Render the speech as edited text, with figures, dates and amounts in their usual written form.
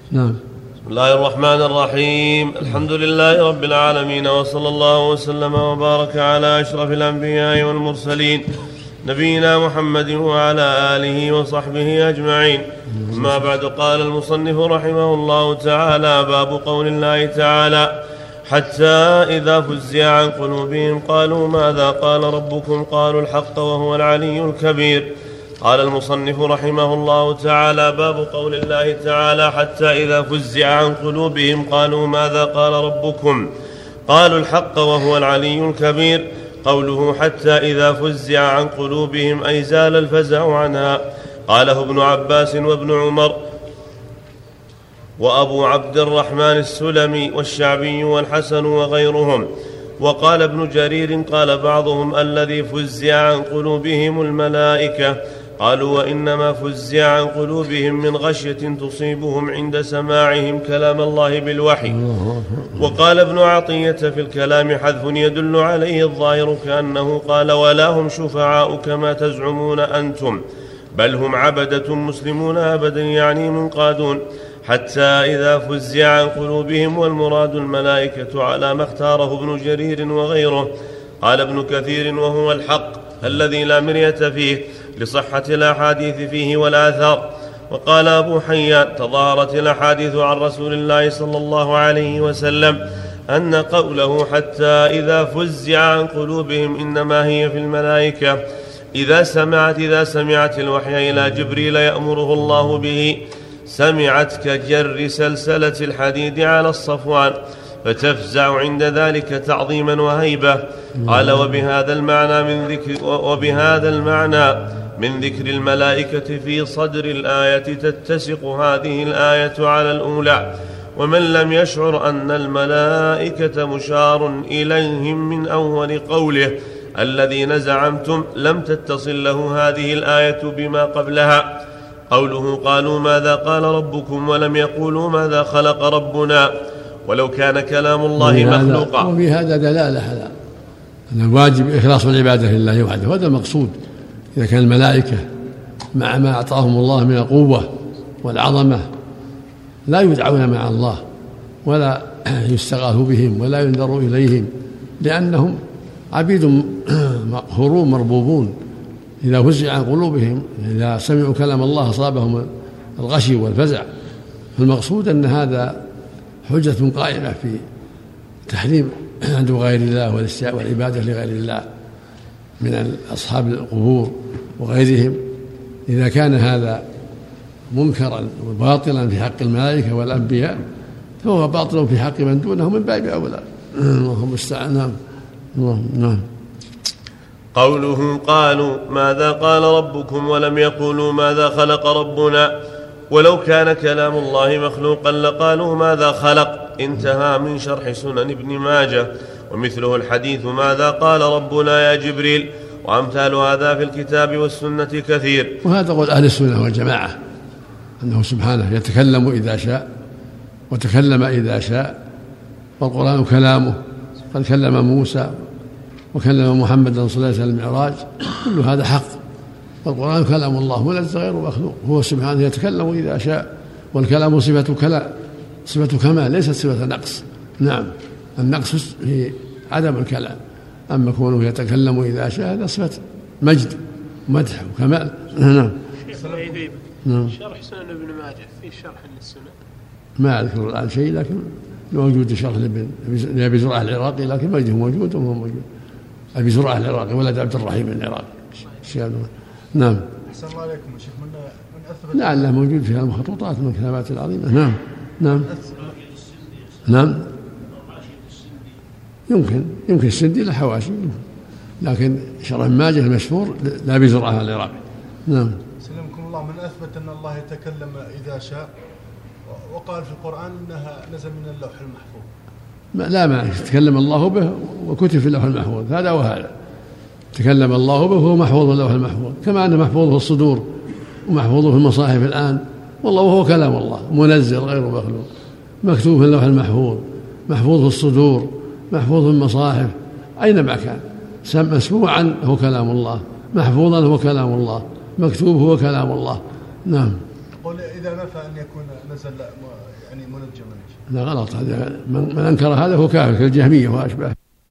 نعم. بسم الله الرحمن الرحيم. الحمد لله رب العالمين، وصلى الله وسلم وبارك على أشرف الأنبياء والمرسلين نبينا محمد وعلى آله وصحبه أجمعين. أما بعد، قال المصنف رحمه الله تعالى: باب قول الله تعالى: حتى إذا فزع عن قلوبهم قالوا ماذا قال ربكم قالوا الحق وهو العلي الكبير. قال المصنف رحمه الله تعالى: باب قول الله تعالى: حتى إذا فزع عن قلوبهم قالوا ماذا قال ربكم قالوا الحق وهو العلي الكبير. قوله حتى إذا فزع عن قلوبهم أي زال الفزع عنها. قاله ابن عباس وابن عمر وأبو عبد الرحمن السلمي والشعبي والحسن وغيرهم. وقال ابن جرير قال بعضهم: الذي فزع عن قلوبهم الملائكة. قالوا: وإنما فزع عن قلوبهم من غشية تصيبهم عند سماعهم كلام الله بالوحي. وقال ابن عطية: في الكلام حذف يدل عليه الظاهر، كأنه قال: ولا هم شفعاء كما تزعمون أنتم، بل هم عبدة مسلمون أبدا، يعني منقادون. حتى إذا فزع عن قلوبهم، والمراد الملائكة على ما اختاره ابن جرير وغيره. قال ابن كثير: وهو الحق الذي لا مرية فيه، لصحة الأحاديث فيه والآثار. وقال أبو حيان: تظاهرت الأحاديث عن رسول الله صلى الله عليه وسلم أن قوله حتى إذا فزع عن قلوبهم إنما هي في الملائكة إذا سمعت الوحي إلى جبريل يأمره الله به، سمعت كجر سلسلة الحديد على الصفوان، فتفزع عند ذلك تعظيما وهيبة. قال: وبهذا المعنى من ذكر الملائكة في صدر الآية تتسق هذه الآية على الأولى. ومن لم يشعر أن الملائكة مشار إليهم من أول قوله الذين زعمتم لم تتصل له هذه الآية بما قبلها. قوله قالوا ماذا قال ربكم ولم يقولوا ماذا خلق ربنا، ولو كان كلام الله مخلوقا. وفي هذا دلالة على أن الواجب إخلاص العبادة لله وحده، وهذا المقصود. إذا كان الملائكة مع ما أعطاهم الله من القوة والعظمة لا يدعون مع الله ولا يستغاث بهم ولا ينذر إليهم، لأنهم عبيد مقهورون مربوبون. إذا فزع عن قلوبهم، إذا سمعوا كلام الله أصابهم الغشي والفزع. فالمقصود أن هذا حجة قائمة في تحريم عند غير الله والعبادة لغير الله من أصحاب القبور وغيرهم. إذا كان هذا منكرا وباطلا في حق الملائكة والأنبياء، فهو باطل في حق من دونه من باب أولى. اللهم استعان. نعم. قوله قالوا ماذا قال ربكم ولم يقولوا ماذا خلق ربنا، ولو كان كلام الله مخلوقا لقالوا ماذا خلق. انتهى من شرح سنن ابن ماجه. ومثله الحديث ماذا قال ربنا يا جبريل، وأمثال هذا في الكتاب والسنة كثير. وهذا قول أهل السنة والجماعة، أنه سبحانه يتكلم إذا شاء وتكلم إذا شاء، والقرآن كلامه، قد كلم موسى وكلم محمدا صلى الله عليه وسلم المعراج، كل هذا حق. والقرآن كلام الله وليس غير مخلوق، هو سبحانه يتكلم إذا شاء، والكلام صفة كمال ليست صفة نقص. نعم، النقص في عدم الكلام، أما كونه يتكلم إذا شاء هذا صفة مجد ومدح وكمال. نعم. شرح سنن ابن ماجه في شرح للسنن ما أذكر الآن شيء، لكن موجود شرح لأبي زرعة العراقي، لكن مجده موجود وهو موجود. أبي زرعة العراقي ولد عبد الرحيم العراقي. نعم. أحسن الله عليكم يا شيخ. من أثبت لعله موجود فيها المخطوطات من الكتابات العظيمة. نعم. نعم. نعم. يمكن السندي له حواشي، لكن شرح ماجه المشهور لأبي زرعة العراقي. نعم. سلمكم الله. من أثبت أن الله يتكلم إذا شاء، وقال في القرآن أنها نزل من اللوح المحفوظ. ما تكلم الله به وكتب في اللوح المحفوظ، هذا وهذا. تكلم الله به وهو محفوظ في اللوح المحفوظ، كما أنه محفوظ في الصدور ومحفوظ في المصاحف الآن. والله وهو كلام الله منزل غير مخلوق، مكتوب في اللوح المحفوظ، محفوظ في الصدور، محفوظ في المصاحف، أينما كان. مسموعا هو كلام الله، محفوظا هو كلام الله، مكتوب هو كلام الله. نعم. قل إذا نفى أن يكون نزل يعني منجما. لا غلط، هذا من أنكر هذا هو كافر كالجهمية وأشباه.